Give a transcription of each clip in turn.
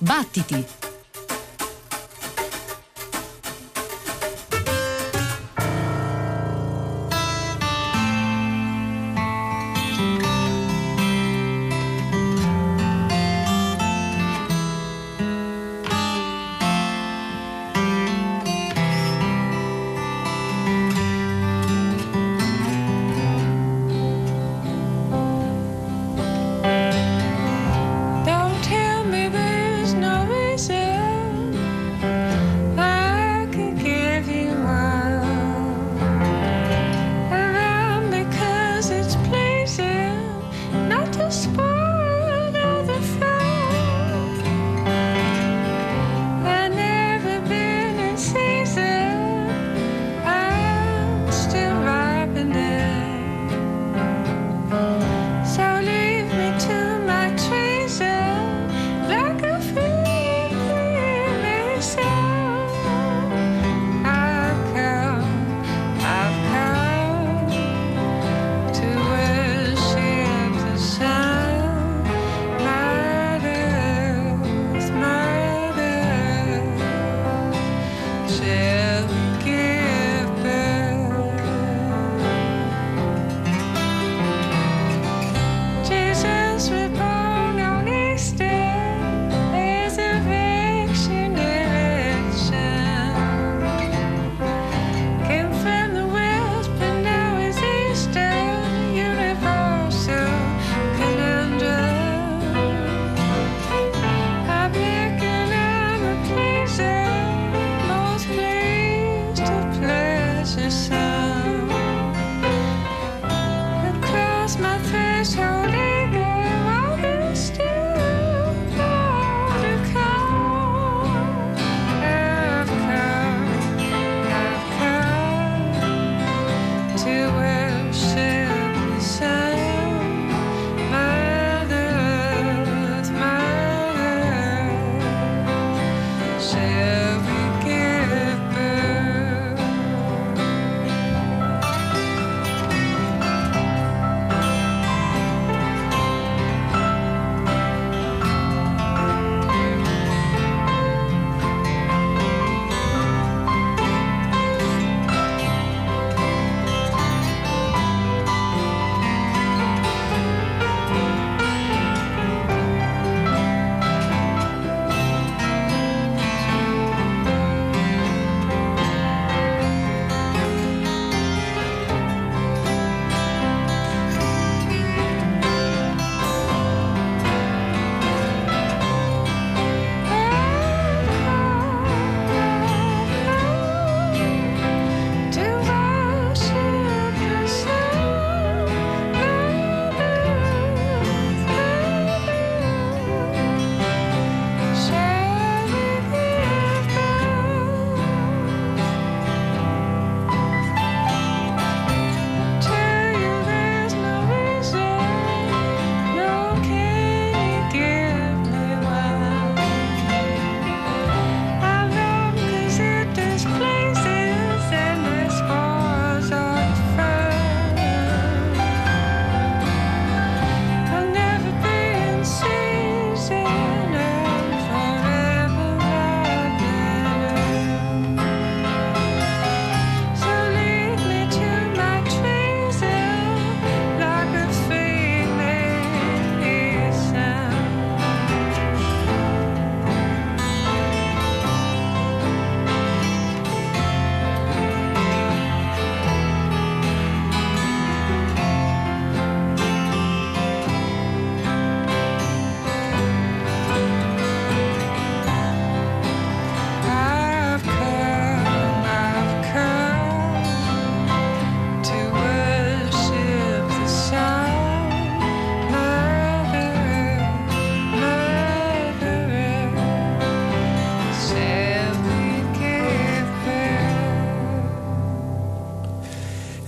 Battiti!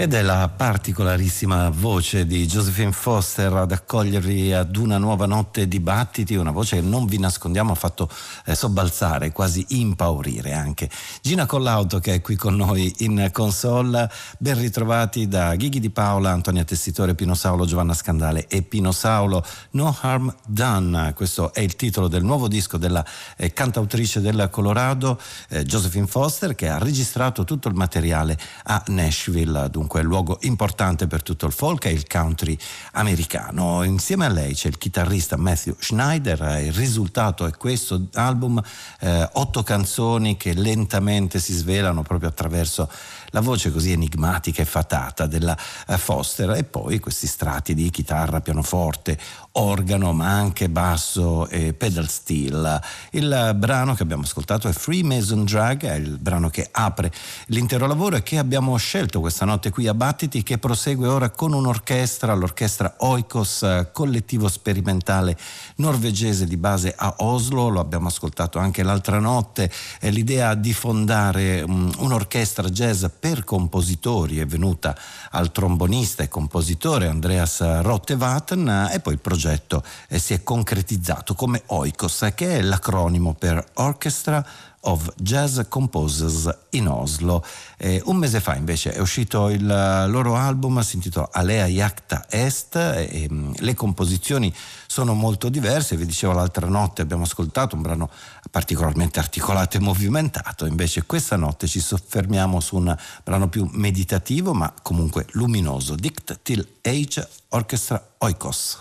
Ed è la particolarissima voce di Josephine Foster ad accogliervi ad una nuova notte di battiti, una voce che non vi nascondiamo ha fatto sobbalzare, quasi impaurire anche. Gina Collauto, che è qui con noi in console, ben ritrovati da Ghighi Di Paola, Antonia Tessitore, Pino Saulo, Giovanna Scandale e Pino Saulo. No Harm Done, questo è il titolo del nuovo disco della cantautrice del Colorado, Josephine Foster, che ha registrato tutto il materiale a Nashville, dunque è luogo importante per tutto il folk e il country americano. Insieme a lei c'è il chitarrista Matthew Schneider. Il risultato è questo album, 8 canzoni che lentamente si svelano proprio attraverso la voce così enigmatica e fatata della Foster, e poi questi strati di chitarra, pianoforte, organo, ma anche basso e pedal steel. Il brano che abbiamo ascoltato è Freemason Drag, è il brano che apre l'intero lavoro e che abbiamo scelto questa notte qui a Battiti, che prosegue ora con un'orchestra, l'orchestra Oikos, collettivo sperimentale norvegese di base a Oslo. Lo abbiamo ascoltato anche l'altra notte. L'idea di fondare un'orchestra jazz per compositori è venuta al trombonista e compositore Andreas Rottevatten, e poi il progetto si è concretizzato come Oikos, che è l'acronimo per Orchestra of Jazz Composers in Oslo. Un mese fa invece è uscito il loro album, si intitola Alea Jacta Est, e le composizioni sono molto diverse. Vi dicevo, l'altra notte abbiamo ascoltato un brano particolarmente articolato e movimentato, invece questa notte ci soffermiamo su un brano più meditativo ma comunque luminoso, Dict Till Age, Orchestra Oikos.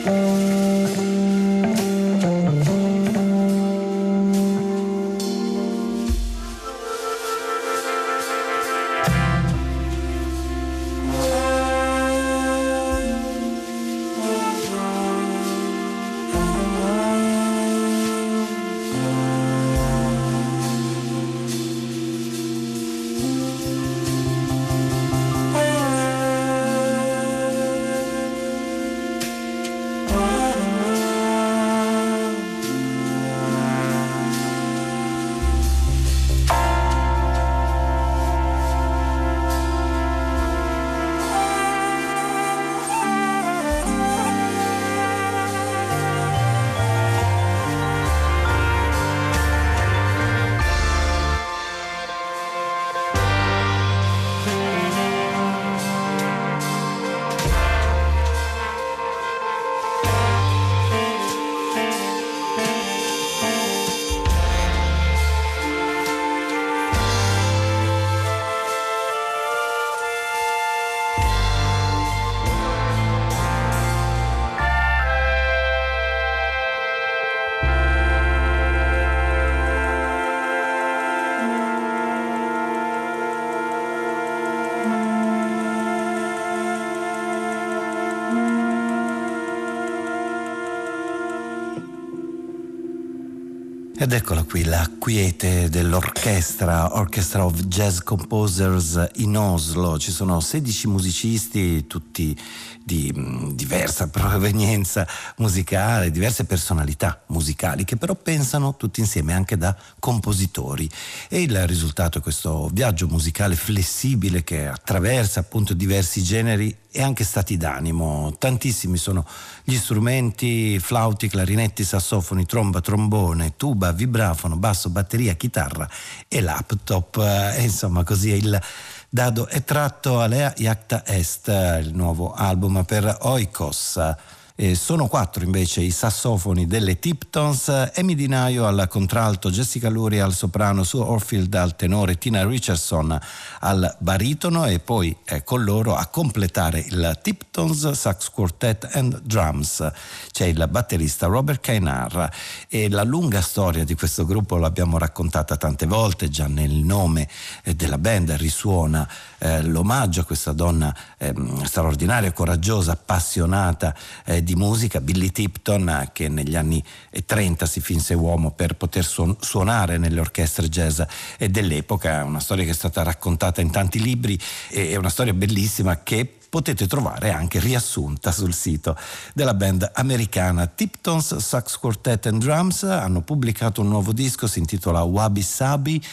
Ed eccola qui, la quiete dell'orchestra, Orchestra of Jazz Composers in Oslo. Ci sono 16 musicisti, tutti di diversa provenienza musicale, diverse personalità musicali, che però pensano tutti insieme anche da compositori. E il risultato è questo viaggio musicale flessibile che attraversa appunto diversi generi e anche stati d'animo. Tantissimi sono gli strumenti: flauti, clarinetti, sassofoni, tromba, trombone, tuba, vibrafono, basso, batteria, chitarra e laptop. Insomma, così il dado è tratto Alea Iacta Est, il nuovo album per Oikos. Sono 4 invece i sassofoni delle Tiptons: Amy Di Naio al contralto, Jessica Lurie al soprano, Sue Orfield al tenore, Tina Richardson al baritono, e poi con loro a completare il Tiptons Sax Quartet and Drums c'è il batterista Robert Kainar. E la lunga storia di questo gruppo l'abbiamo raccontata tante volte, già nel nome della band risuona l'omaggio a questa donna straordinaria, coraggiosa, appassionata di musica, Billy Tipton, che negli anni 30 si finse uomo per poter suonare nelle orchestre jazz dell'epoca. Una storia che è stata raccontata in tanti libri, è una storia bellissima che potete trovare anche riassunta sul sito della band americana. Tiptons Sax Quartet and Drums hanno pubblicato un nuovo disco, si intitola Wabi Sabi.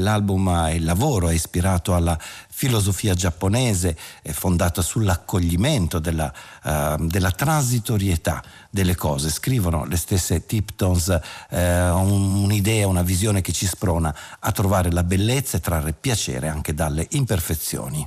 Il lavoro è ispirato alla filosofia giapponese, fondata sull'accoglimento della transitorietà delle cose. Scrivono le stesse Tiptons un'idea, una visione che ci sprona a trovare la bellezza e trarre piacere anche dalle imperfezioni.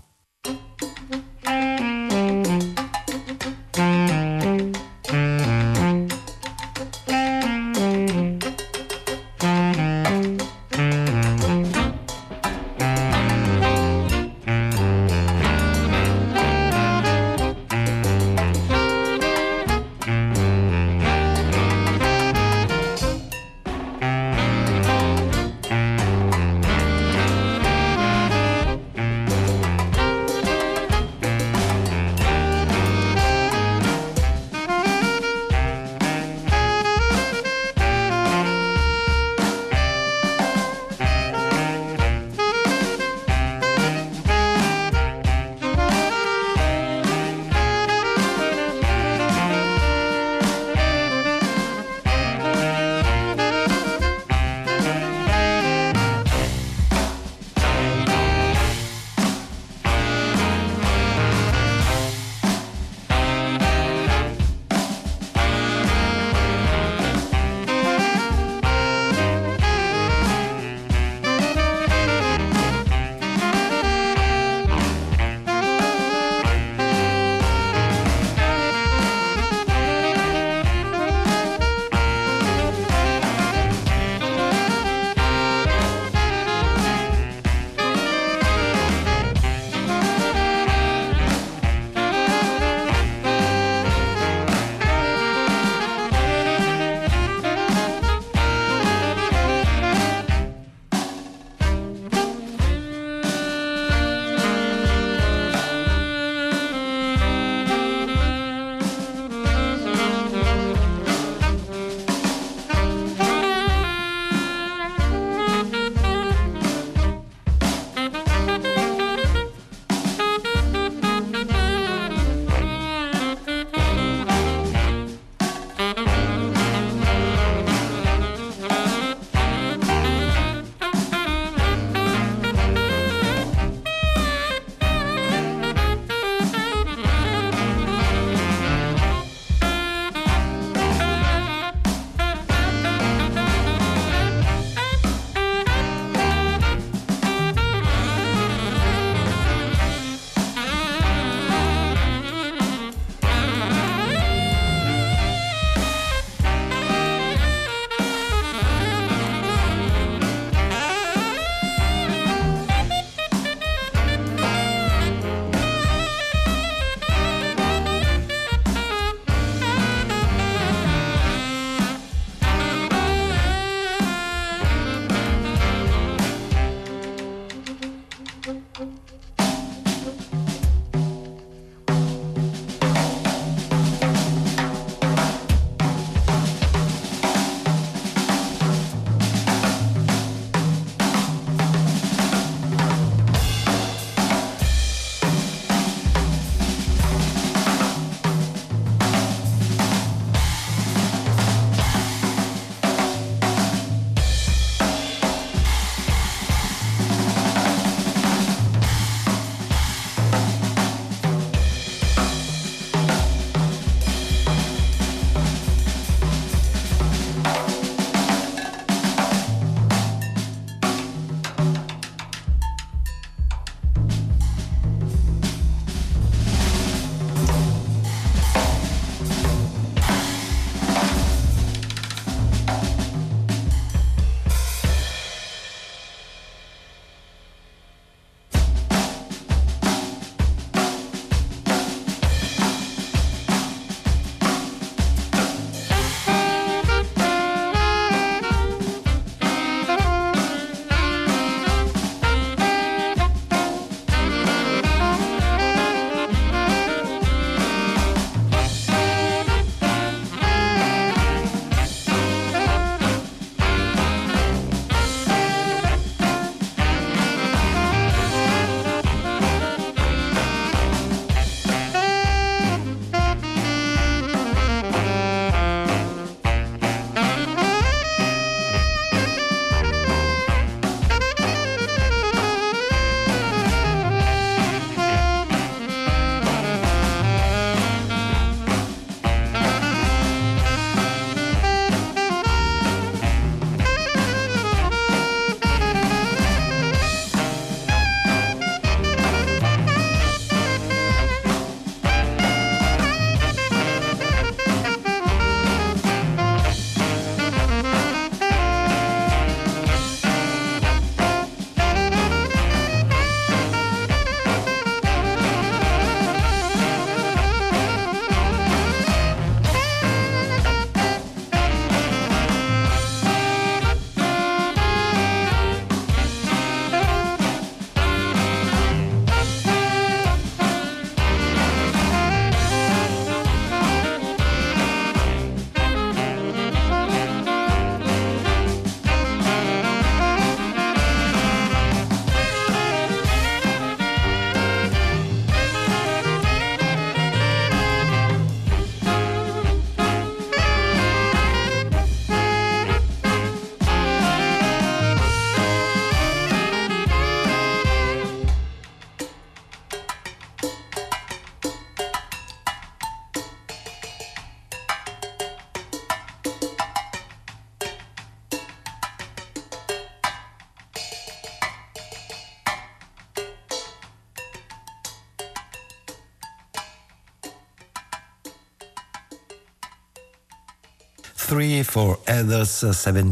3 for Others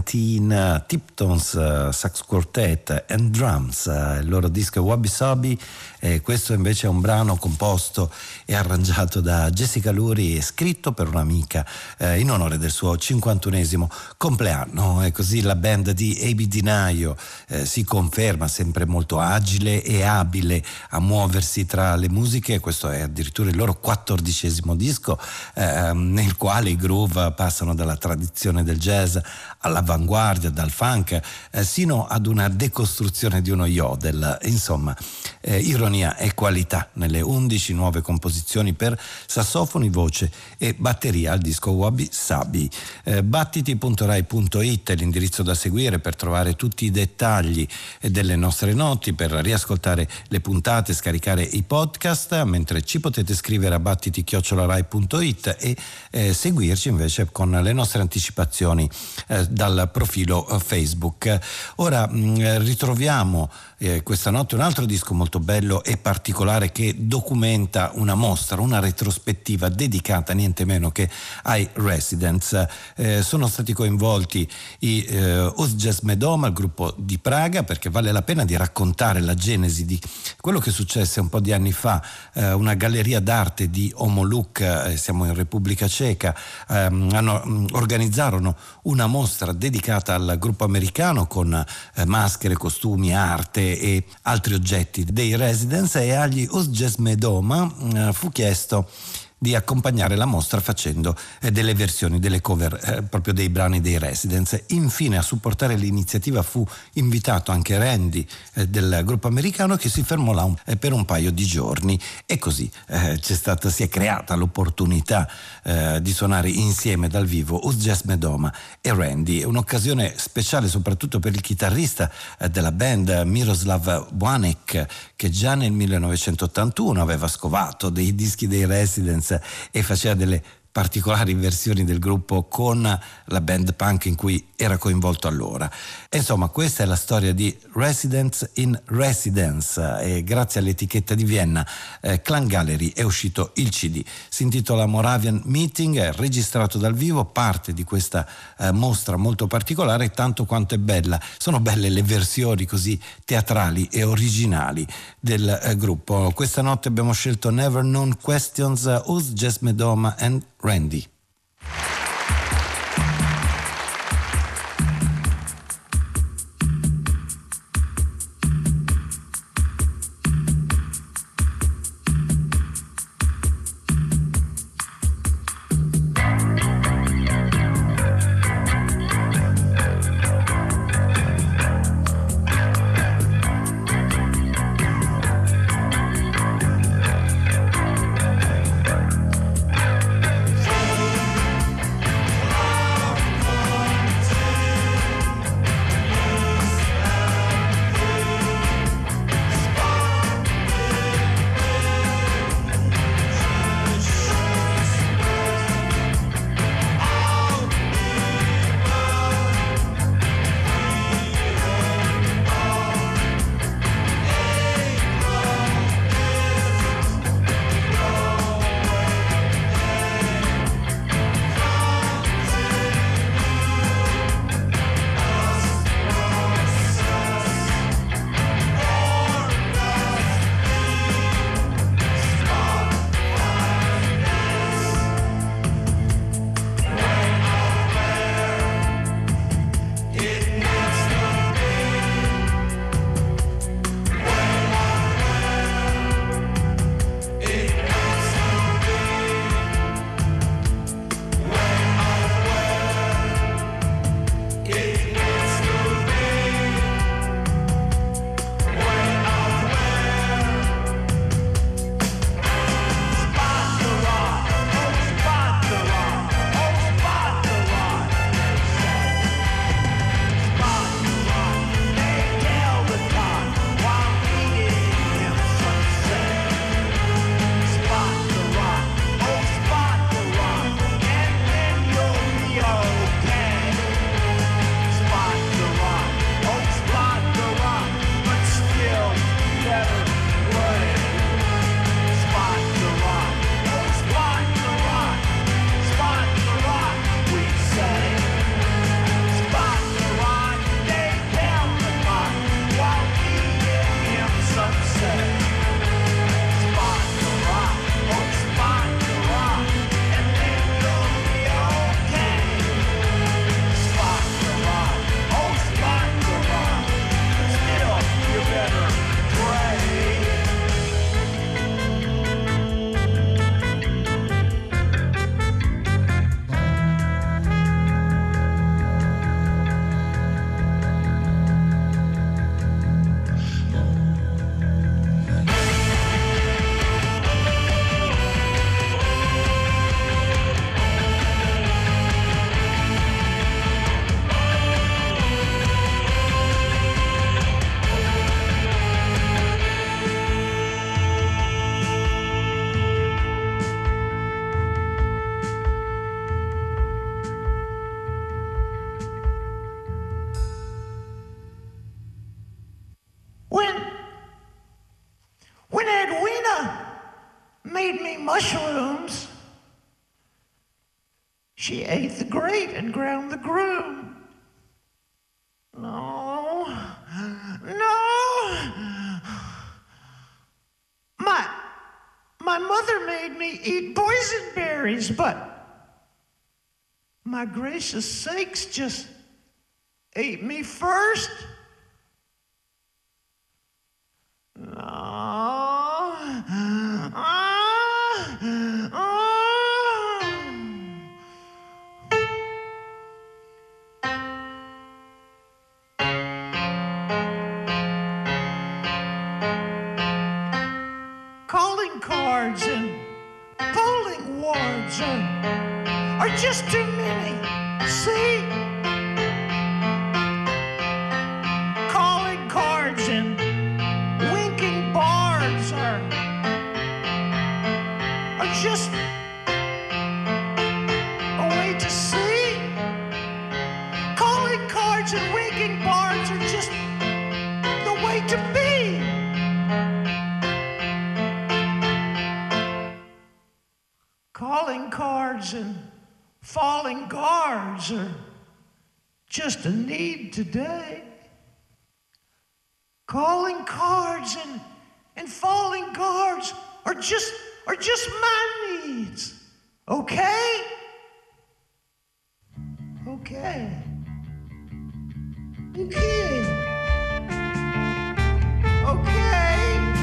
17, Tiptones, Sax Quartet and Drums, il loro disco Wabi Sabi. Questo invece è un brano composto e arrangiato da Jessica Lurie e scritto per un'amica in onore del suo 51esimo compleanno. E così la band di A.B. Di Naio si conferma sempre molto agile e abile a muoversi tra le musiche. Questo è addirittura il loro 14esimo disco, nel quale i groove passano dalla tradizione del jazz all'avanguardia, dal funk sino ad una decostruzione di uno yodel. Insomma, ironia e qualità nelle 11 nuove composizioni per sassofoni, voce e batteria al disco Wabi Sabi. Battiti.rai.it è l'indirizzo da seguire per trovare tutti i dettagli delle nostre noti, per riascoltare le puntate, scaricare i podcast, mentre ci potete scrivere a battiti@rai.it e seguirci invece con le nostre anticipazioni dal profilo Facebook. Ora ritroviamo questa notte un altro disco molto bello e particolare che documenta una mostra, una retrospettiva dedicata niente meno che ai Residents. Sono stati coinvolti i Uzjes Doma, il gruppo di Praga, perché vale la pena di raccontare la genesi di quello che successe un po' di anni fa. Una galleria d'arte di Homoluk, siamo in Repubblica Ceca, organizzarono una mostra dedicata al gruppo americano con maschere, costumi, arte e altri oggetti dei Residents, e agli Uzjes Doma fu chiesto di accompagnare la mostra facendo delle versioni, delle cover proprio dei brani dei Residents. Infine a supportare l'iniziativa fu invitato anche Randy del gruppo americano, che si fermò là per un paio di giorni, e così si è creata l'opportunità di suonare insieme dal vivo Uzjes Doma e Randy. Un'occasione speciale soprattutto per il chitarrista della band Miroslav Wanek, che già nel 1981 aveva scovato dei dischi dei Residents e faceva delle particolari versioni del gruppo con la band punk in cui era coinvolto allora. E insomma, questa è la storia di Residents in Residence, e grazie all'etichetta di Vienna Clan Gallery è uscito il CD. Si intitola Moravian Meeting, è registrato dal vivo, parte di questa mostra molto particolare, tanto quanto è bella. Sono belle le versioni così teatrali e originali del gruppo. Questa notte abbiamo scelto Never Known Questions, Uzjes Doma and Randy. mushrooms. She ate the great and ground the groom. No, no. My mother made me eat boysenberries, but my gracious sakes just ate me first. No. Calling cards and polling wards are just too many. See? Calling cards and winking bards are just a way to see. Calling cards and winking bards are just the way to be. Calling cards and falling guards are just a need today. Calling cards and falling guards are just my needs. Okay? Okay. Okay. Okay.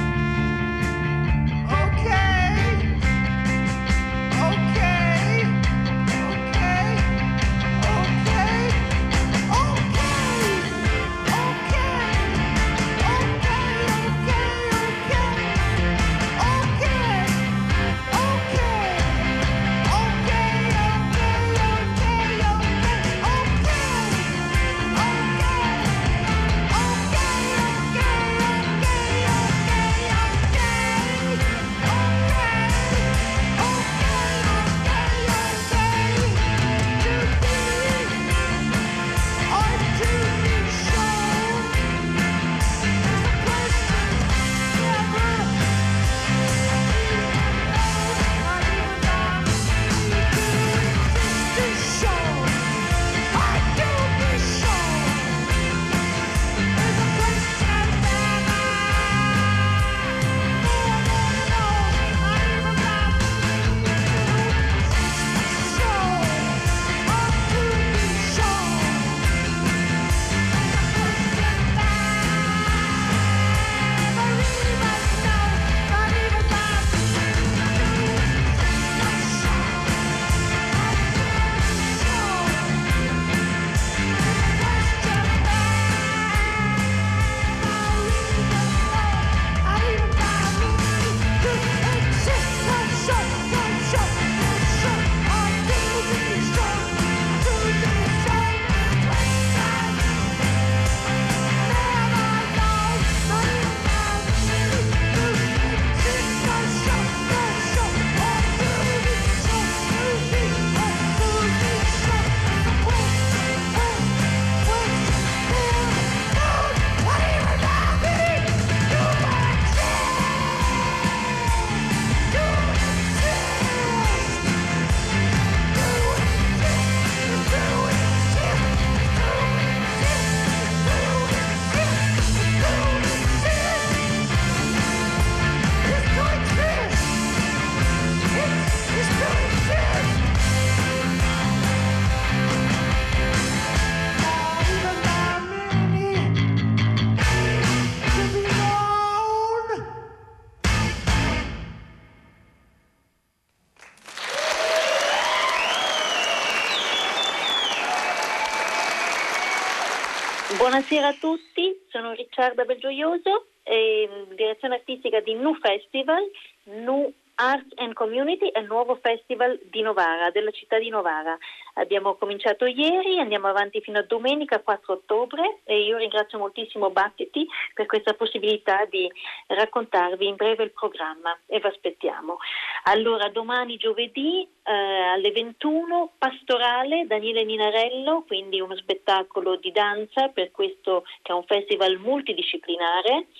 Buonasera a tutti, sono Ricciarda Belgioioso, direzione artistica di Nu Festival, Nu Arts and Community è il nuovo festival di Novara, della città di Novara. Abbiamo cominciato ieri, andiamo avanti fino a domenica 4 ottobre e io ringrazio moltissimo Battiti per questa possibilità di raccontarvi in breve il programma e vi aspettiamo. Allora, domani giovedì alle 21 Pastorale Daniele Ninarello, quindi uno spettacolo di danza per questo che è un festival multidisciplinare.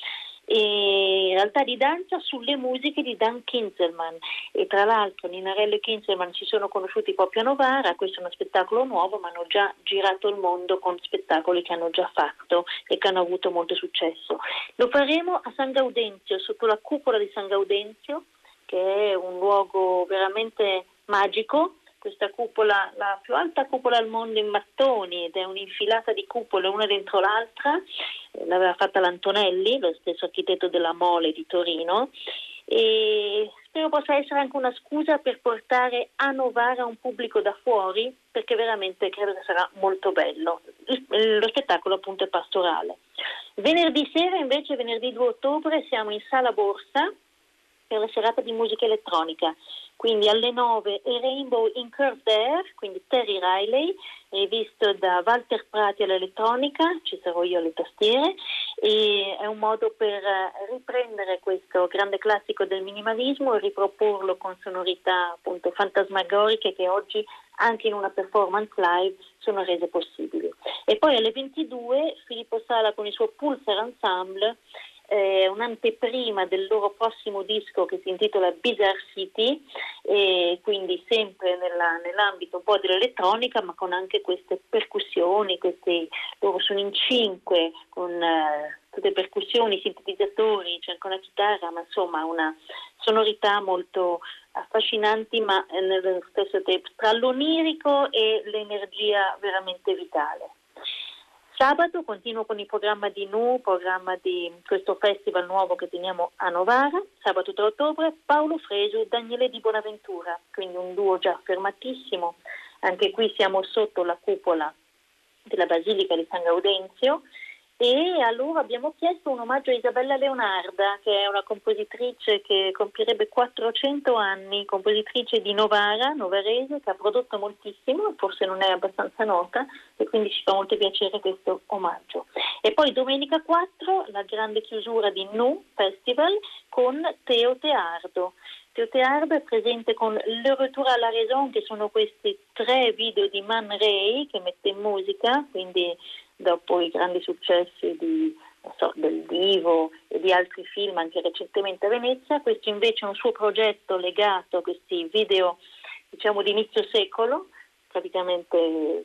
e in realtà di danza sulle musiche di Dan Kinzelman, e tra l'altro Ninarello e Kinzelman si sono conosciuti proprio a Novara. Questo è uno spettacolo nuovo, ma hanno già girato il mondo con spettacoli che hanno già fatto e che hanno avuto molto successo. Lo faremo a San Gaudenzio, sotto la cupola di San Gaudenzio, che è un luogo veramente magico. Questa cupola, la più alta cupola al mondo in mattoni, ed è un'infilata di cupole una dentro l'altra, l'aveva fatta l'Antonelli, lo stesso architetto della Mole di Torino, e spero possa essere anche una scusa per portare a Novara un pubblico da fuori, perché veramente credo che sarà molto bello. Lo spettacolo appunto è pastorale. Venerdì sera invece, venerdì 2 ottobre, siamo in Sala Borsa per la serata di musica elettronica. Quindi alle 9 è Rainbow in Curved Air, quindi Terry Riley, rivisto da Walter Prati all'elettronica, ci sarò io alle tastiere, e è un modo per riprendere questo grande classico del minimalismo e riproporlo con sonorità appunto fantasmagoriche che oggi anche in una performance live sono rese possibili. E poi alle 22 Filippo Sala con il suo Pulsar Ensemble, un'anteprima del loro prossimo disco che si intitola Bizarre City, e quindi sempre nell'ambito un po' dell'elettronica, ma con anche queste percussioni, loro sono in 5 con tutte percussioni, sintetizzatori, c'è anche una chitarra, ma insomma una sonorità molto affascinanti, ma nello stesso tempo tra l'onirico e l'energia veramente vitale. Sabato continuo con il programma di programma di questo festival nuovo che teniamo a Novara. Sabato 3 ottobre Paolo Fresu, Daniele Di Bonaventura, quindi un duo già fermatissimo. Anche qui siamo sotto la cupola della Basilica di San Gaudenzio, e allora abbiamo chiesto un omaggio a Isabella Leonarda, che è una compositrice che compierebbe 400 anni, compositrice di Novara, novarese, che ha prodotto moltissimo, forse non è abbastanza nota, e quindi ci fa molto piacere questo omaggio. E poi domenica 4 la grande chiusura di Nu Festival con Teo Teardo. Teo Teardo è presente con Le Retour à la Raison, che sono questi 3 video di Man Ray che mette in musica, quindi dopo i grandi successi del Divo e di altri film anche recentemente a Venezia. Questo invece è un suo progetto legato a questi video, diciamo, di inizio secolo, praticamente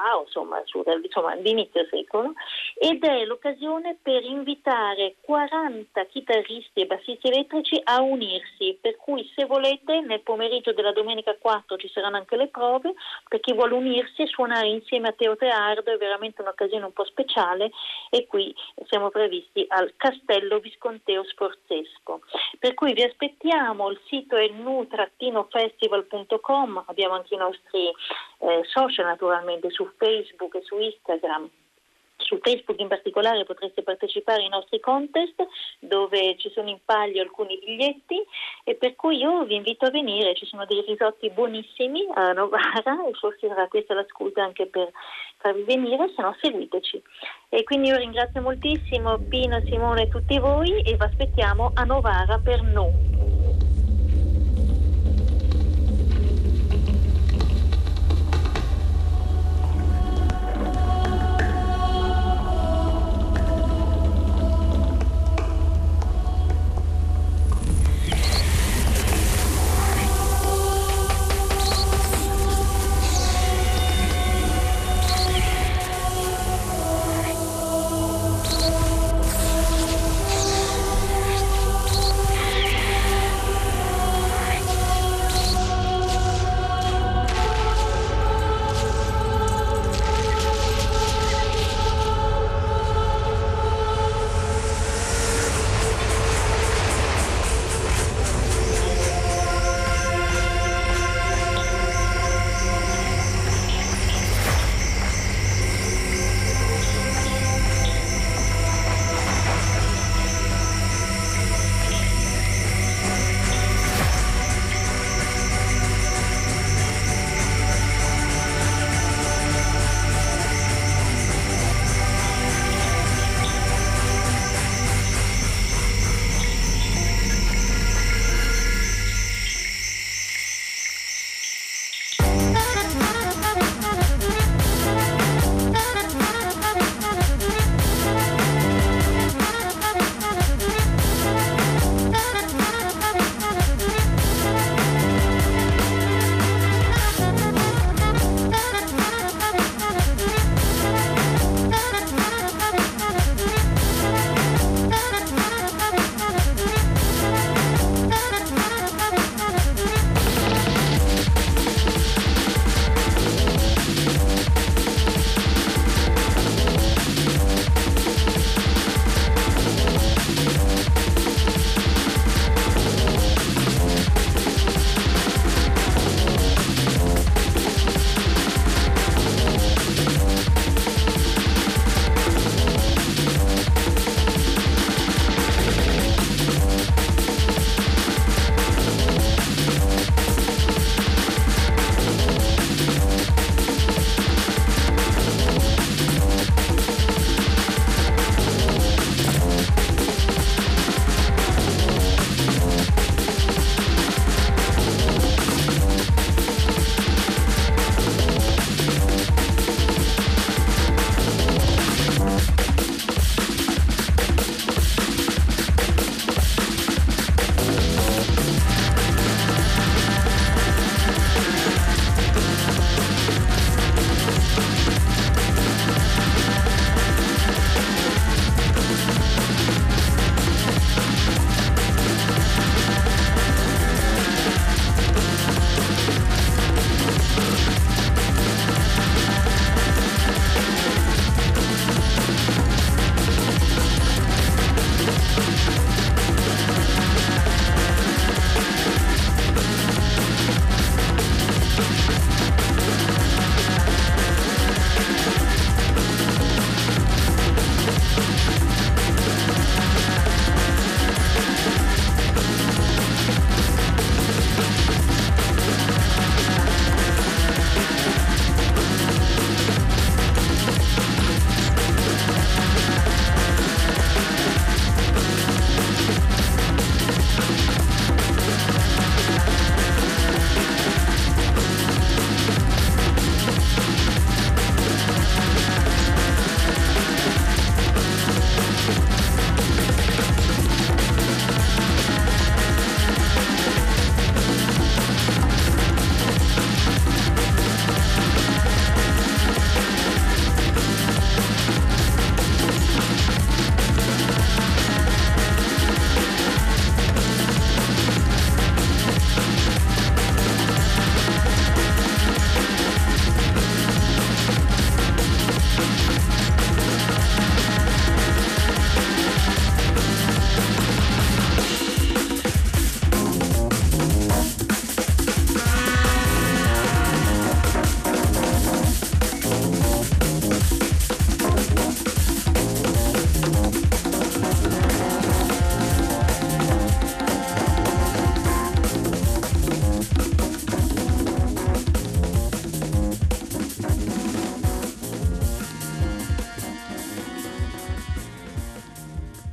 di inizio secolo, ed è l'occasione per invitare 40 chitarristi e bassisti elettrici a unirsi, per cui se volete nel pomeriggio della domenica 4 ci saranno anche le prove, per chi vuole unirsi e suonare insieme a Teo Teardo. È veramente un'occasione un po' speciale, e qui siamo previsti al Castello Visconteo Sforzesco, per cui vi aspettiamo. Il sito è nu-festival.com, abbiamo anche i nostri social naturalmente su Facebook e su Instagram. Su Facebook in particolare potreste partecipare ai nostri contest, dove ci sono in palio alcuni biglietti, e per cui io vi invito a venire. Ci sono dei risotti buonissimi a Novara, e forse sarà questa la scusa anche per farvi venire, se no seguiteci. E quindi io ringrazio moltissimo Pino, Simone e tutti voi, e vi aspettiamo a Novara per Nu.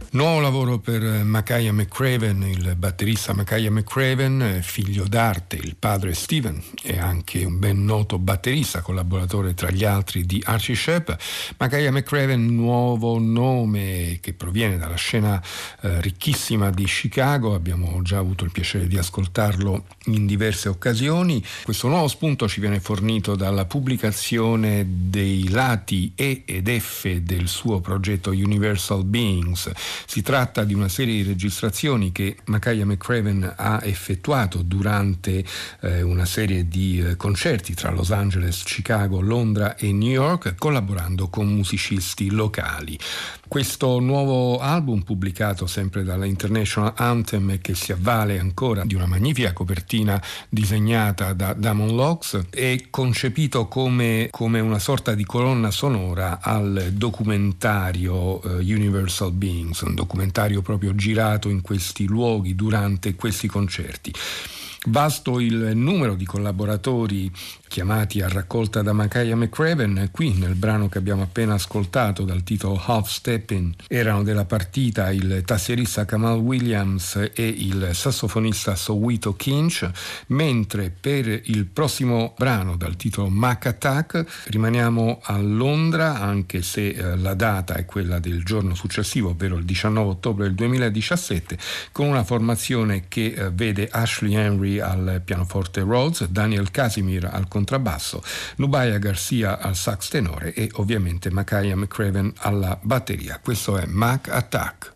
Nuovo lavoro per Makaya McCraven, il batterista Makaya McCraven, figlio d'arte, il padre Steven è anche un ben noto batterista, collaboratore tra gli altri di Archie Shepp. Makaya McCraven, nuovo nome che proviene dalla scena ricchissima di Chicago, abbiamo già avuto il piacere di ascoltarlo in diverse occasioni. Questo nuovo spunto ci viene fornito dalla pubblicazione dei lati E ed F del suo progetto Universal Beings. Si tratta di una serie di registrazioni che Makaya McCraven ha effettuato durante una serie di concerti tra Los Angeles, Chicago, Londra e New York, collaborando con musicisti locali. Questo nuovo album, pubblicato sempre dalla International Anthem e che si avvale ancora di una magnifica copertina disegnata da Damon Locks, è concepito come una sorta di colonna sonora al documentario Universal Beings, un documentario proprio girato in questi luoghi durante questi concerti. Vasto il numero di collaboratori chiamati a raccolta da Makaya McCraven. Qui nel brano che abbiamo appena ascoltato dal titolo Half Steppin' erano della partita il tassierista Kamal Williams e il sassofonista Soweto Kinch, mentre per il prossimo brano dal titolo Mac Attack rimaniamo a Londra, anche se la data è quella del giorno successivo, ovvero il 19 ottobre del 2017, con una formazione che vede Ashley Henry al pianoforte Rhodes, Daniel Casimir al contrabbasso, Nubia Garcia al sax tenore e ovviamente Makaya McCraven alla batteria. Questo è Mac Attack.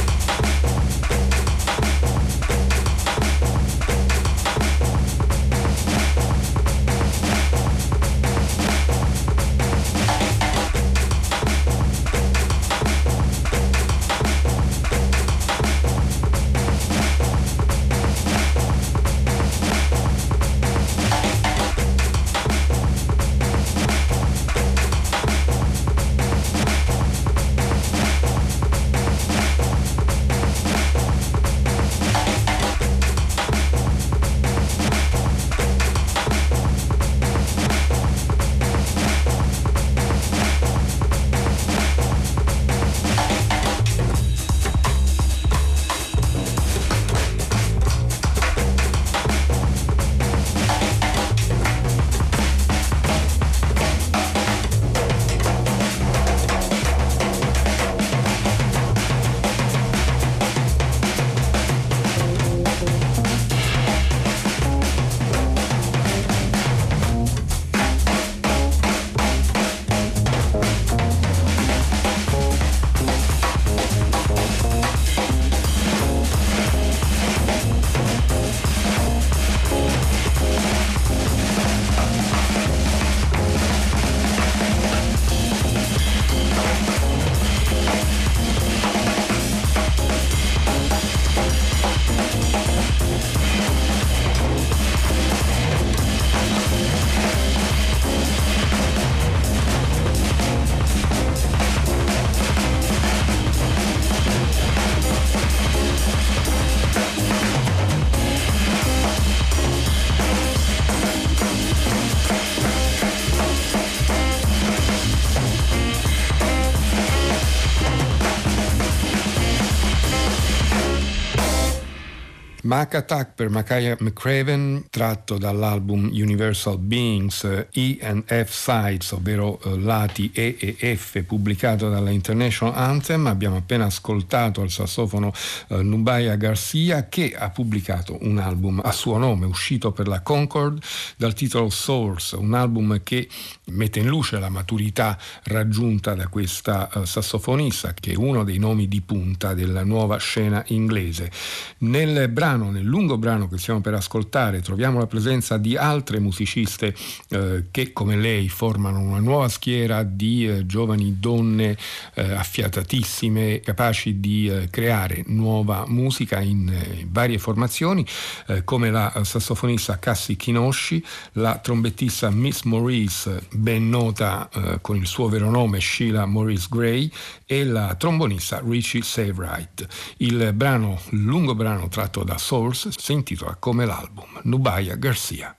Mac Attack per Makaya McCraven, tratto dall'album Universal Beings, E and F Sides, ovvero lati E e F, pubblicato dalla International Anthem. Abbiamo appena ascoltato al sassofono Nubia Garcia, che ha pubblicato un album a suo nome, uscito per la Concord, dal titolo Source, un album che mette in luce la maturità raggiunta da questa sassofonista, che è uno dei nomi di punta della nuova scena inglese. Nel lungo brano che stiamo per ascoltare troviamo la presenza di altre musiciste che come lei formano una nuova schiera di giovani donne affiatatissime, capaci di creare nuova musica in varie formazioni, come la sassofonista Cassie Kinoshi, la trombettista Miss Maurice, ben nota con il suo vero nome Sheila Maurice Gray, e la trombonista Richie Savewright. Il lungo brano tratto da Source si intitola come l'album, Nubia Garcia.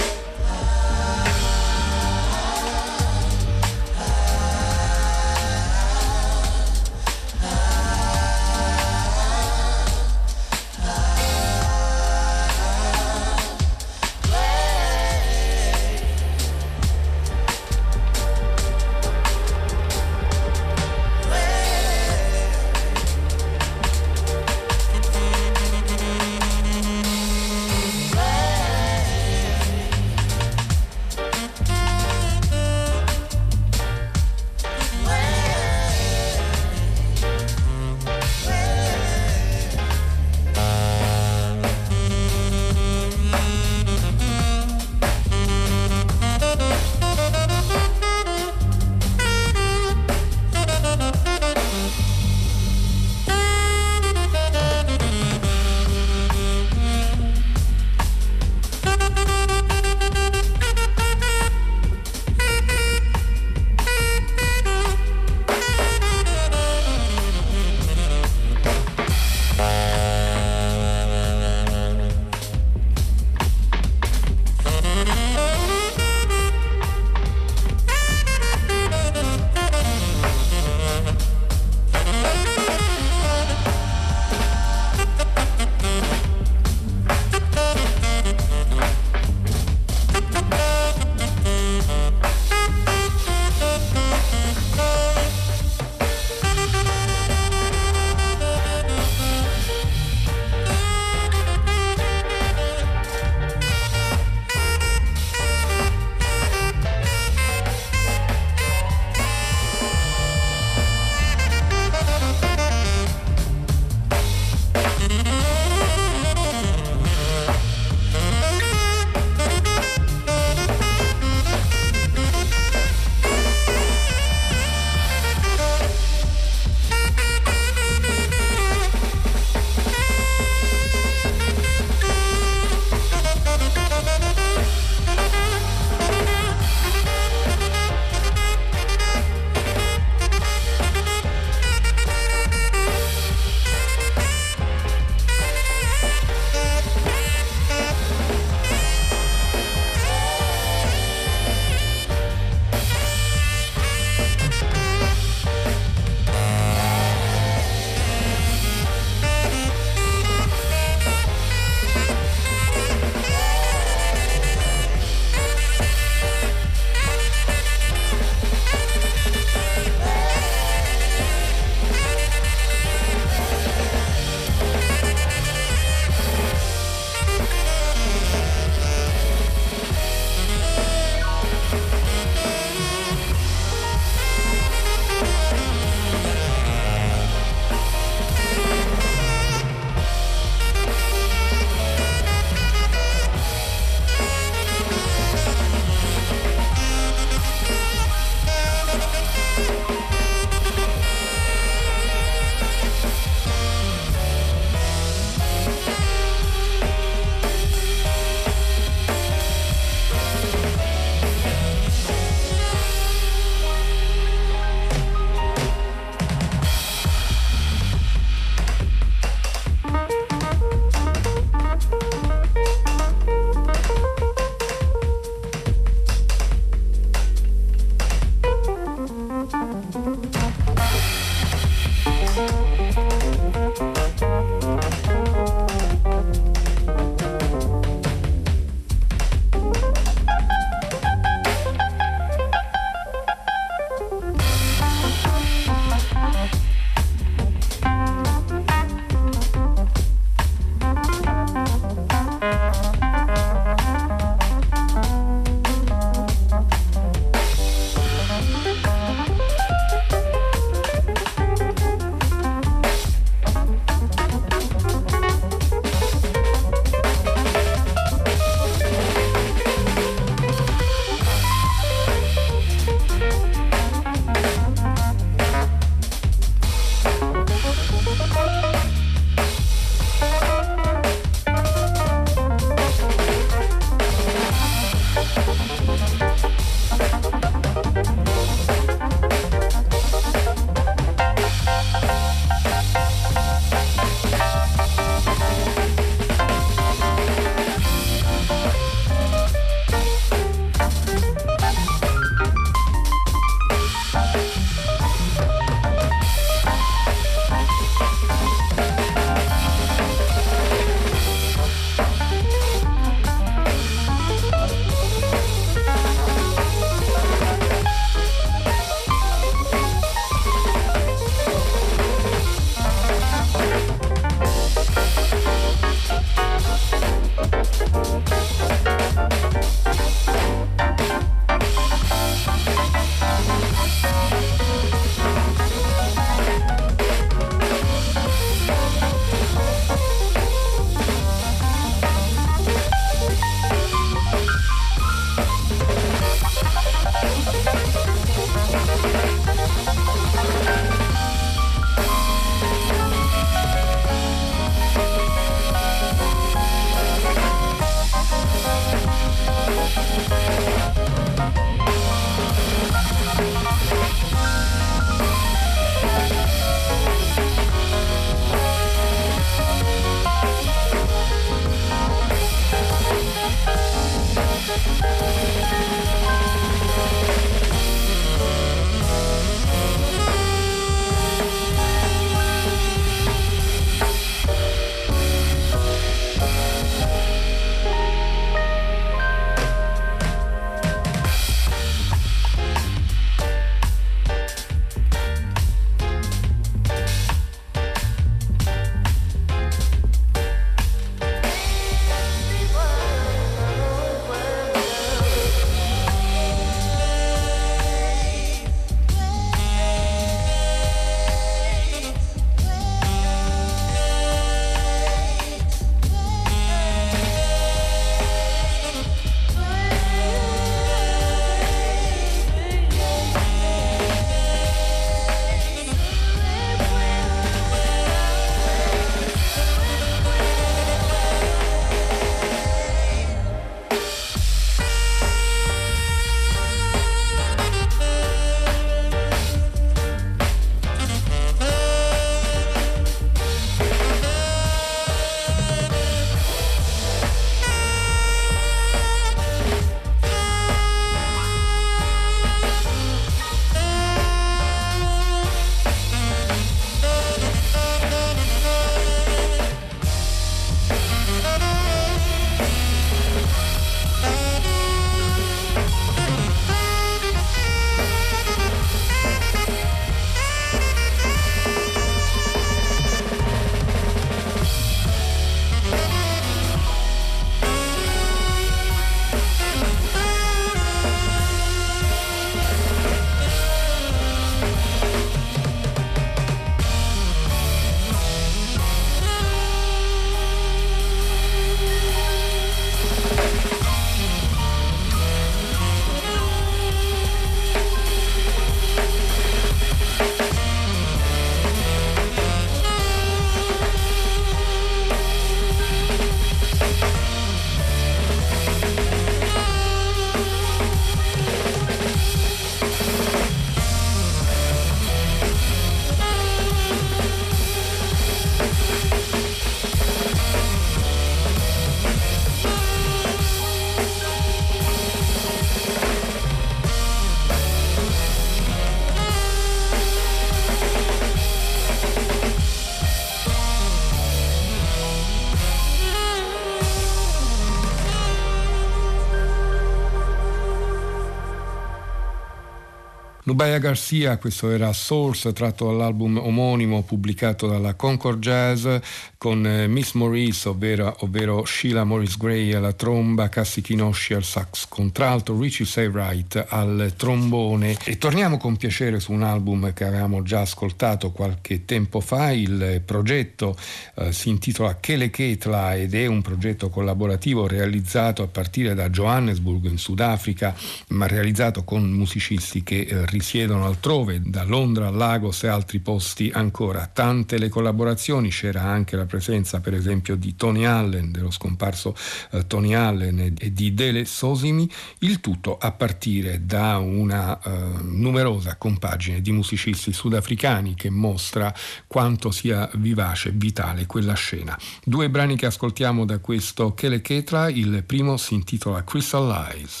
Nubia Garcia, questo era Source, tratto dall'album omonimo pubblicato dalla Concord Jazz, con Miss Maurice, ovvero Sheila Maurice Gray alla tromba, Cassie Kinoshi al sax contralto, Richie Saywright al trombone. E torniamo con piacere su un album che avevamo già ascoltato qualche tempo fa. Il progetto si intitola Keleketla ed è un progetto collaborativo realizzato a partire da Johannesburg in Sudafrica, ma realizzato con musicisti che risiedono altrove, da Londra a Lagos e altri posti ancora. Tante le collaborazioni, c'era anche la presenza per esempio di Tony Allen, dello scomparso Tony Allen, e di Dele Sosimi, il tutto a partire da una numerosa compagine di musicisti sudafricani che mostra quanto sia vivace, vitale quella scena. Due brani che ascoltiamo da questo Keleketla, il primo si intitola Crystallize.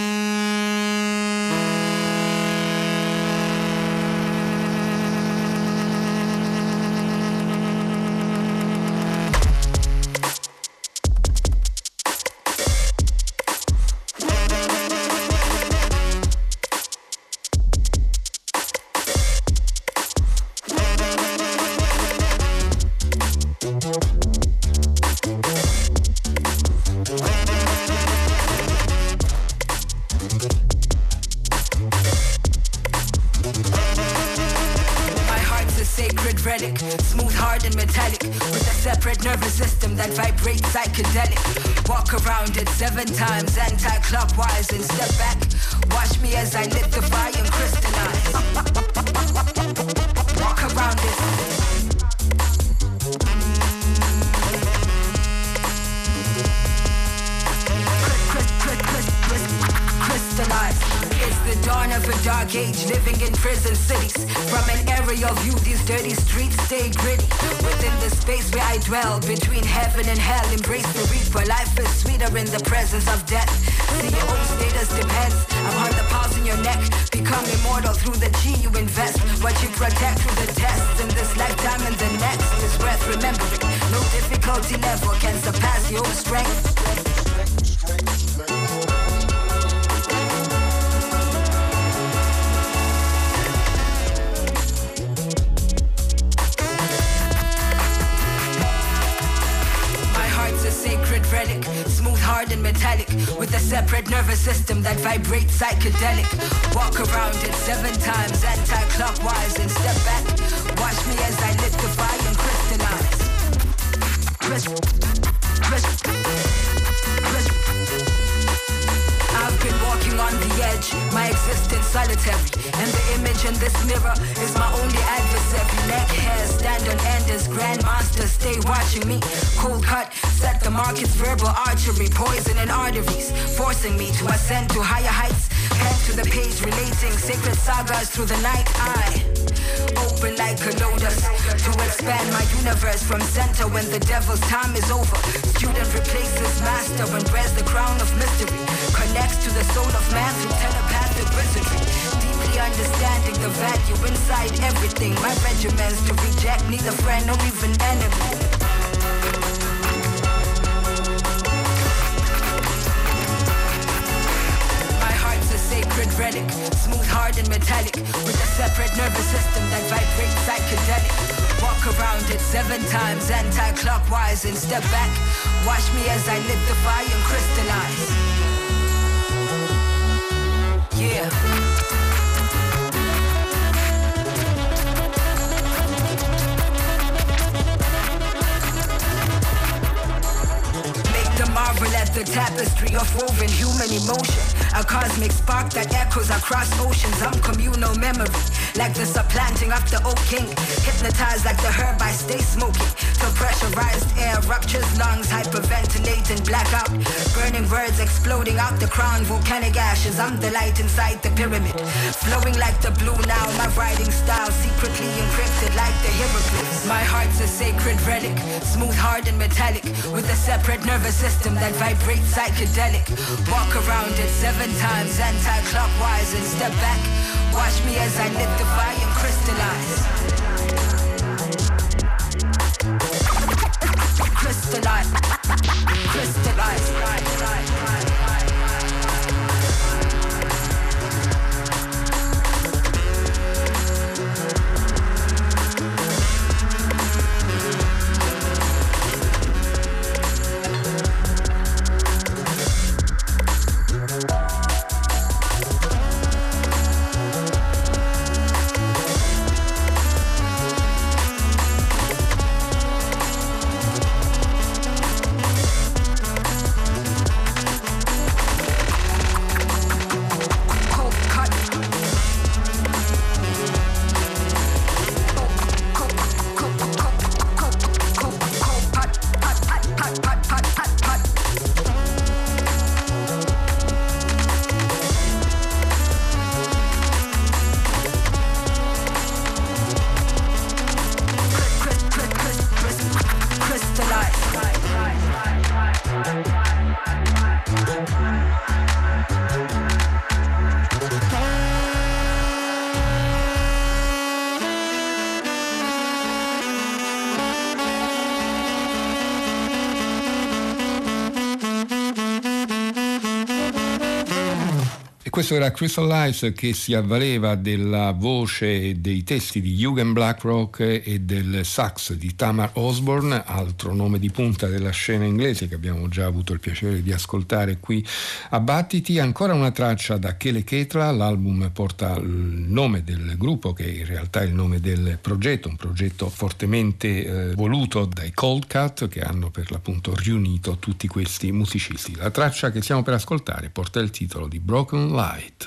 Psychedelic, walk around it 7 times anti-clockwise and step back. Watch me as I lit the fire and crystallize. Walk around it. Crystallize. It's the dawn of a dark age, living in prison cities. From an aerial view, these dirty streets stay gritty. Within the space where I dwell, between heaven and hell, embrace the reaper. Life is sweeter in the presence of death. See, your own status depends upon the pulse in your neck. Become immortal through the G you invest. What you protect through the tests in this lifetime and the next is worth remembering. No difficulty level can surpass your strength. Relic, smooth, hard and metallic, with a separate nervous system that vibrates psychedelic. Walk around it 7 times anti-clockwise and step back. Watch me as I lit the fire and I've been walking on the edge, my existence solitary, and the image in this mirror is my only adversary. Neck hair stand on end as grandmaster, stay watching me. Cold cut, set the mark, it's verbal archery, poison in arteries, forcing me to ascend to higher heights. Pen to the page, relating sacred sagas through the night. I open like a lotus to expand my universe from center when the devil's time is over. Student replaces master and wears the crown of mystery. Connects to the soul of man through telepathic wizardry. Deeply understanding the value inside everything. My regiments to reject neither friend nor even enemy. Sacred relic, smooth, hard and metallic, with a separate nervous system that vibrates psychedelic. Walk around it 7 times anti-clockwise and step back. Watch me as I lit the fire and crystallize. Yeah. Marvel at the tapestry of woven human emotion. A cosmic spark that echoes across oceans. I'm communal memory, like the supplanting of the oak king. Hypnotized like the herb I stay smoking. Till pressurized air ruptures lungs, hyperventilating, blackout. Burning words exploding out the crown, volcanic ashes. I'm the light inside the pyramid. Flowing like the blue now, my writing style secretly encrypted like the hieroglyphs. My heart's a sacred relic, smooth, hard and metallic, with a separate nervous system that vibrates psychedelic. Walk around it 7 times anti-clockwise and step back. Watch me as I lit the fire and crystallize. Crystallize. Crystallize. questo era Crystal Lights, che si avvaleva della voce e dei testi di Eugen Blackrock e del sax di Tamar Osborne, altro nome di punta della scena inglese che abbiamo già avuto il piacere di ascoltare qui a Battiti. Ancora una traccia da Kele Ketla, l'album porta il nome del gruppo che in realtà è il nome del progetto, un progetto fortemente voluto dai Cold Cut, che hanno per l'appunto riunito tutti questi musicisti. La traccia che stiamo per ascoltare porta il titolo di Broken Light.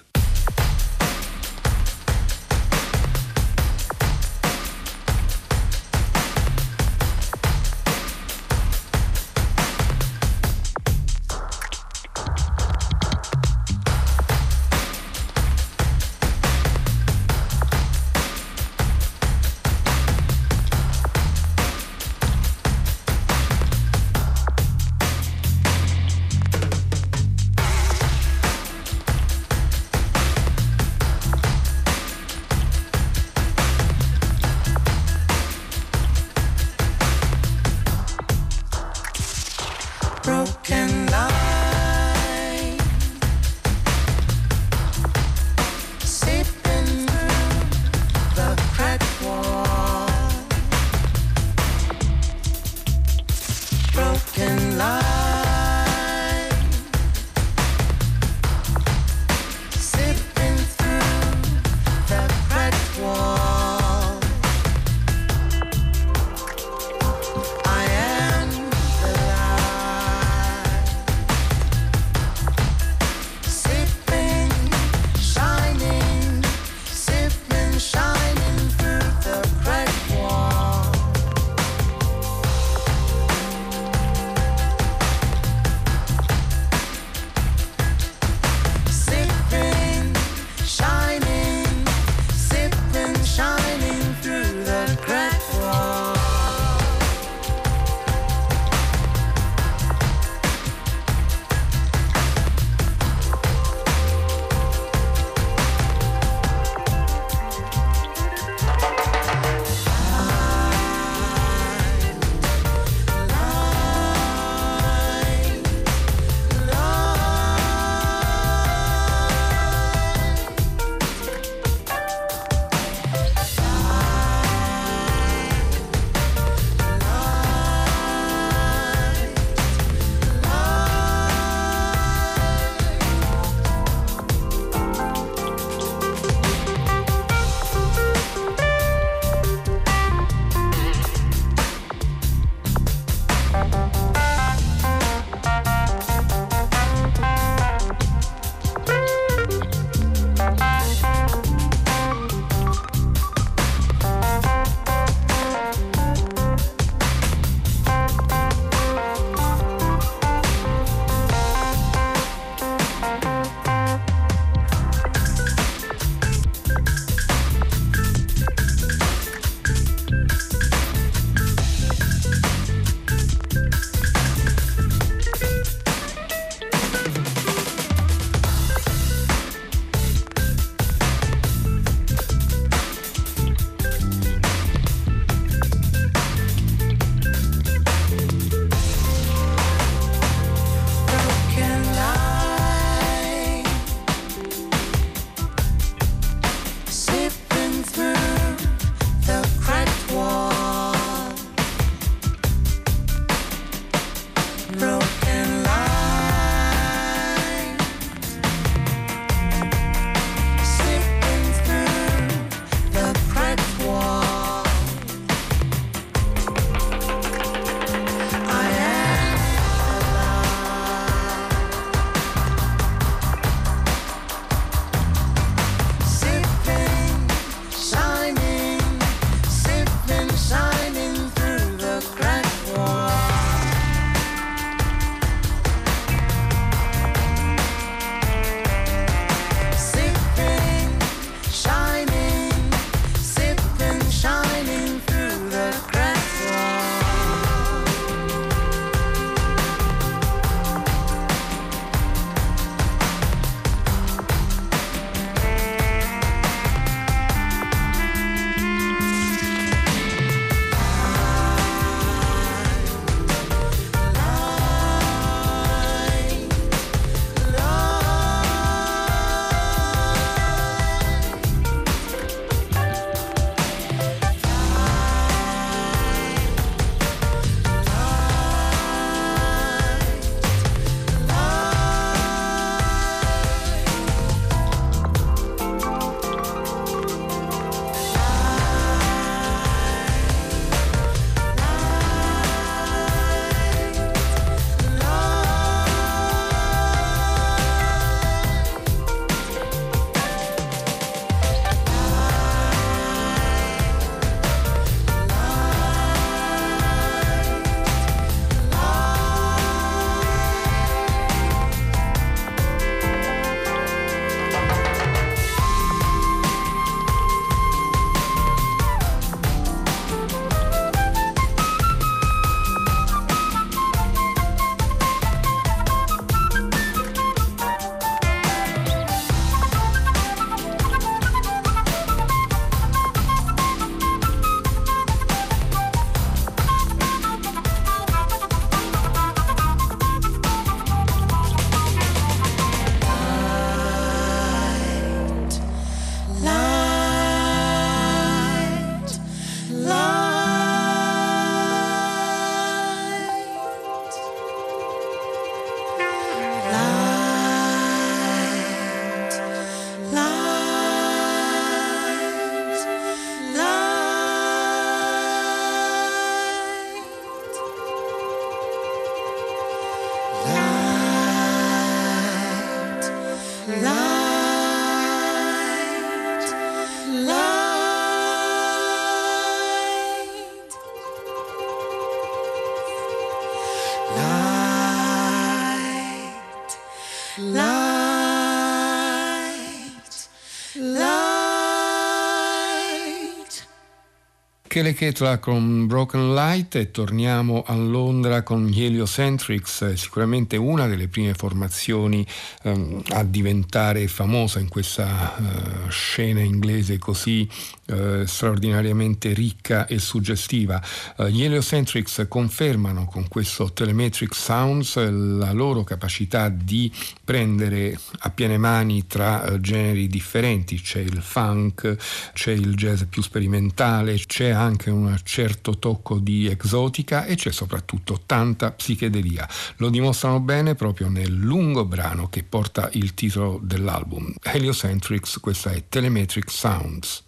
Michele Ketla con Broken Light e torniamo a Londra con gli Heliocentrics, sicuramente una delle prime formazioni a diventare famosa in questa scena inglese così straordinariamente ricca e suggestiva. Gli Heliocentrics confermano con questo Telemetric Sounds la loro capacità di prendere a piene mani tra generi differenti. C'è il funk, c'è il jazz più sperimentale, c'è anche un certo tocco di esotica e c'è soprattutto tanta psichedelia. Lo dimostrano bene proprio nel lungo brano che porta il titolo dell'album. Heliocentrics, questa è Telemetric Sounds.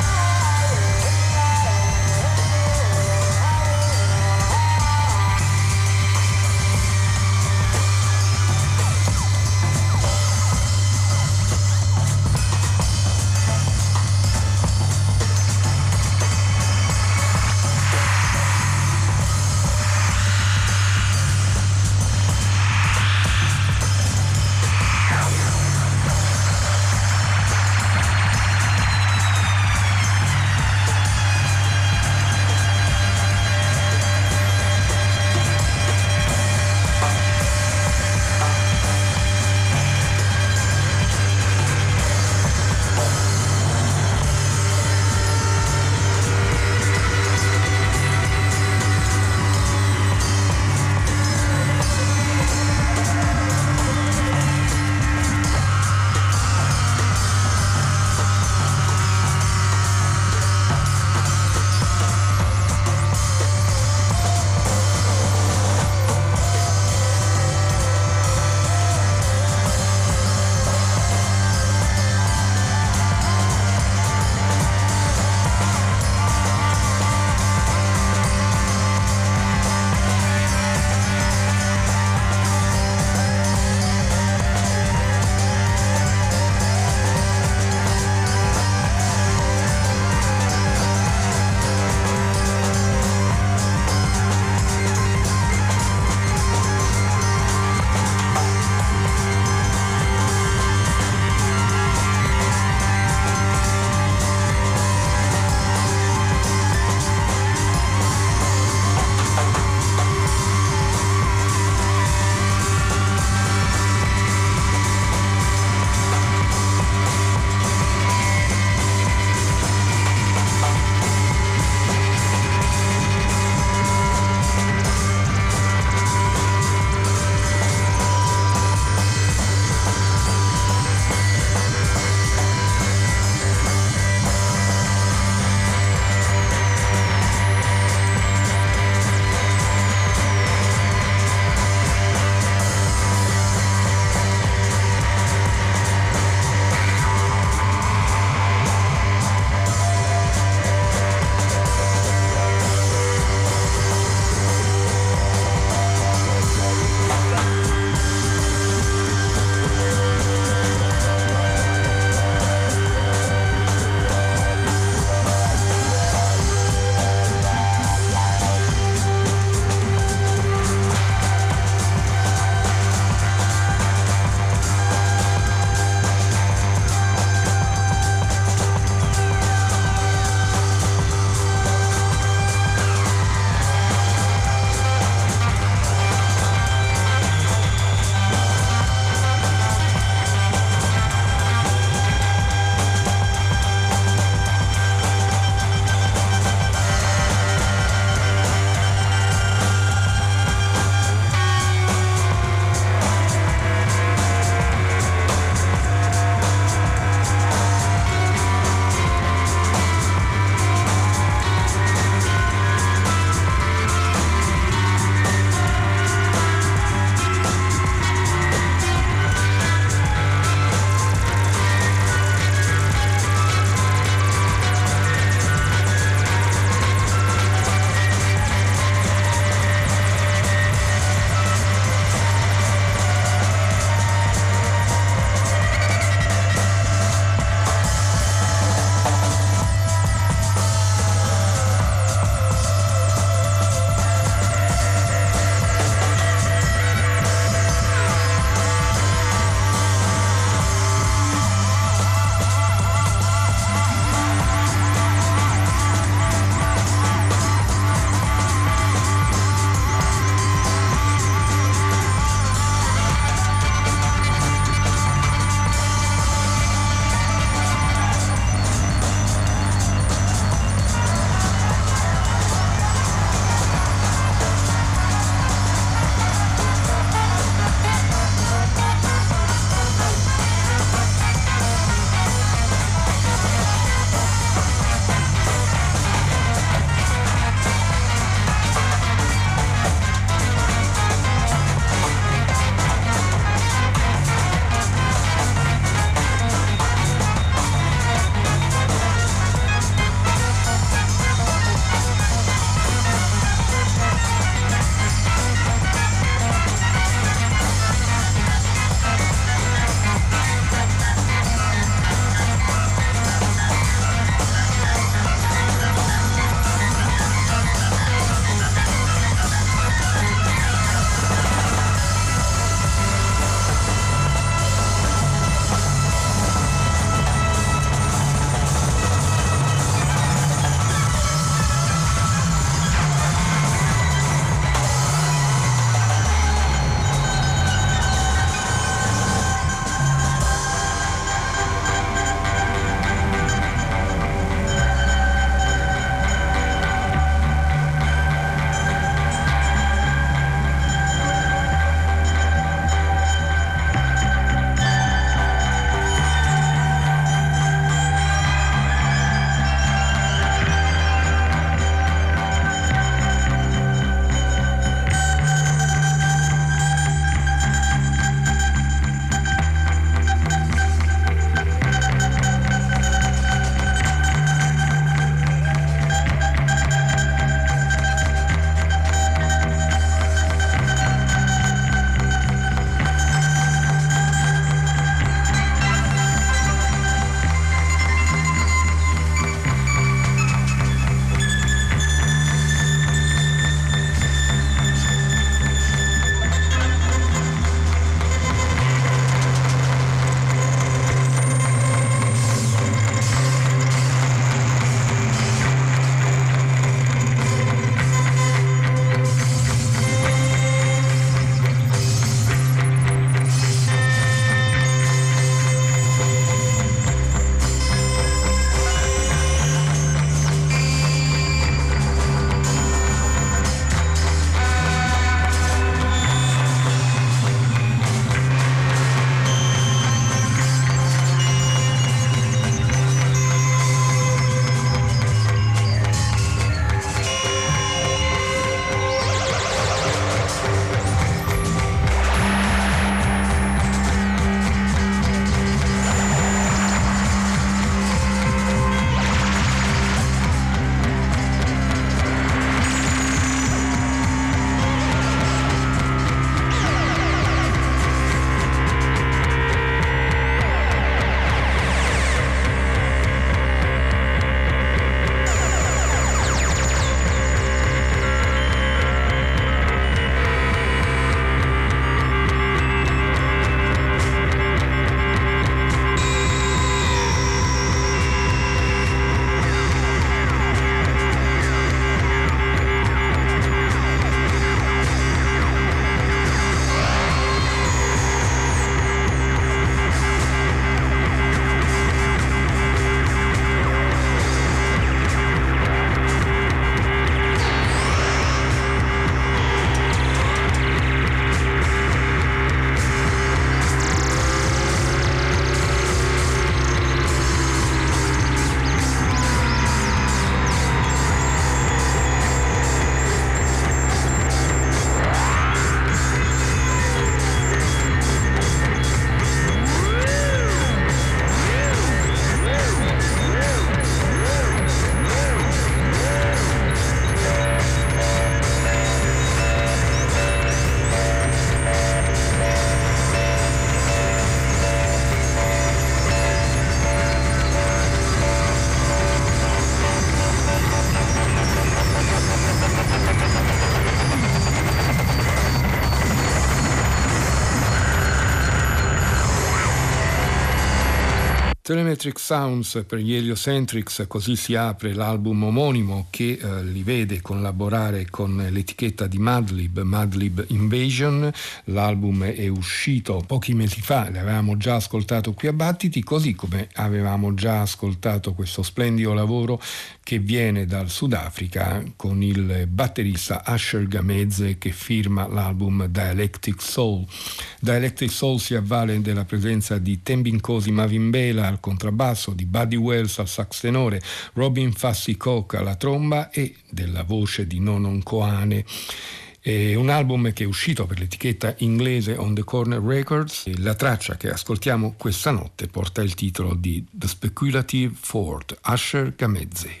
Telemetric Sounds per gli Heliocentrics, così si apre l'album omonimo che li vede collaborare con l'etichetta di Madlib Invasion. L'album è uscito pochi mesi fa, l'avevamo già ascoltato qui a Battiti, così come avevamo già ascoltato questo splendido lavoro che viene dal Sudafrica con il batterista Asher Gameze che firma l'album Dialectic Soul. Dialectic Soul si avvale della presenza di Thembinkosi Mavimbela al contrabbasso, di Buddy Wells al sax tenore, Robin Fassi-Koch alla tromba e della voce di Nonon Koane. È un album che è uscito per l'etichetta inglese On the Corner Records e la traccia che ascoltiamo questa notte porta il titolo di The Speculative Fort, Asher Gameze.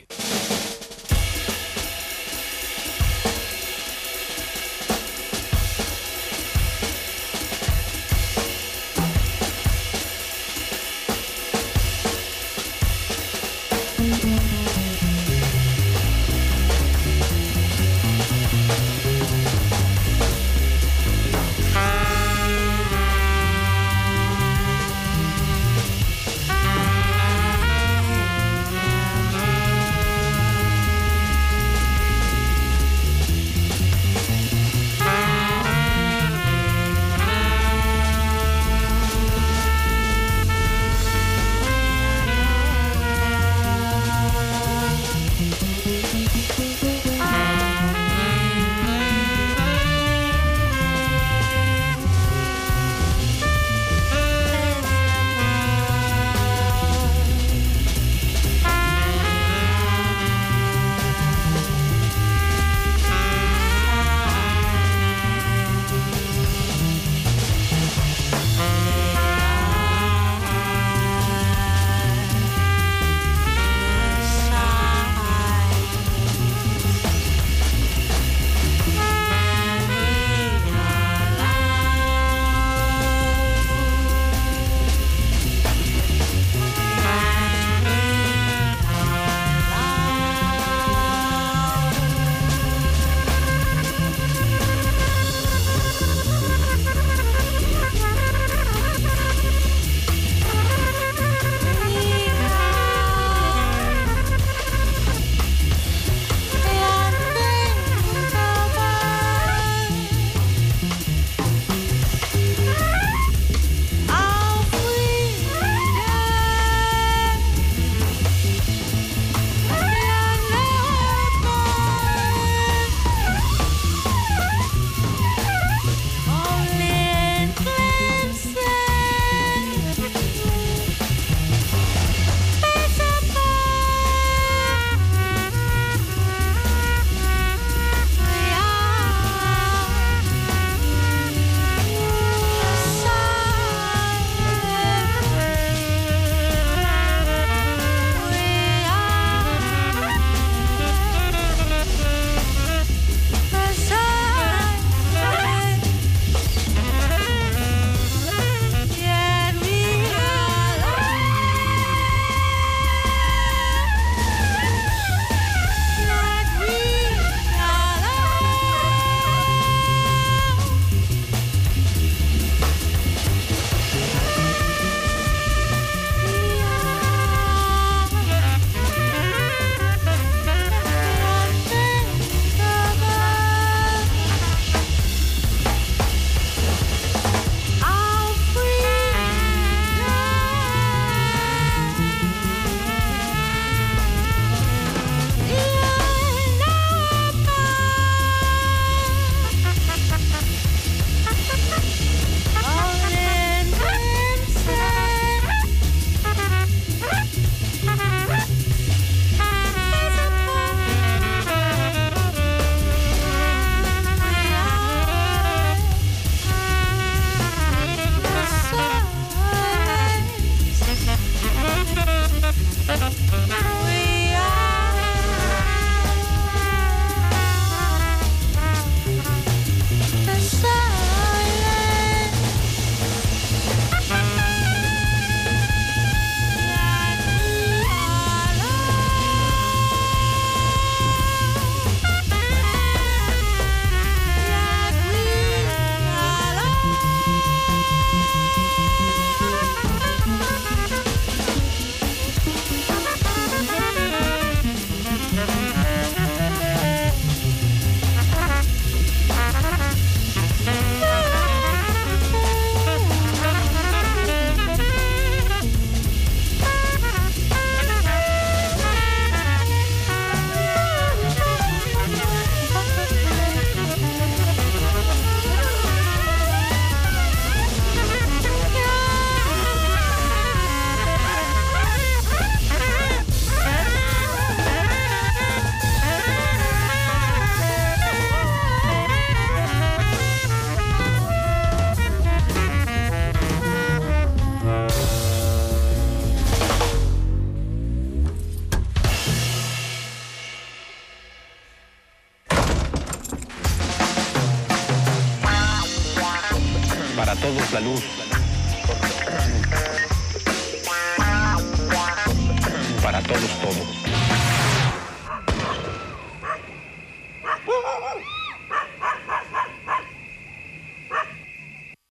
todos la luz. Para todos todo.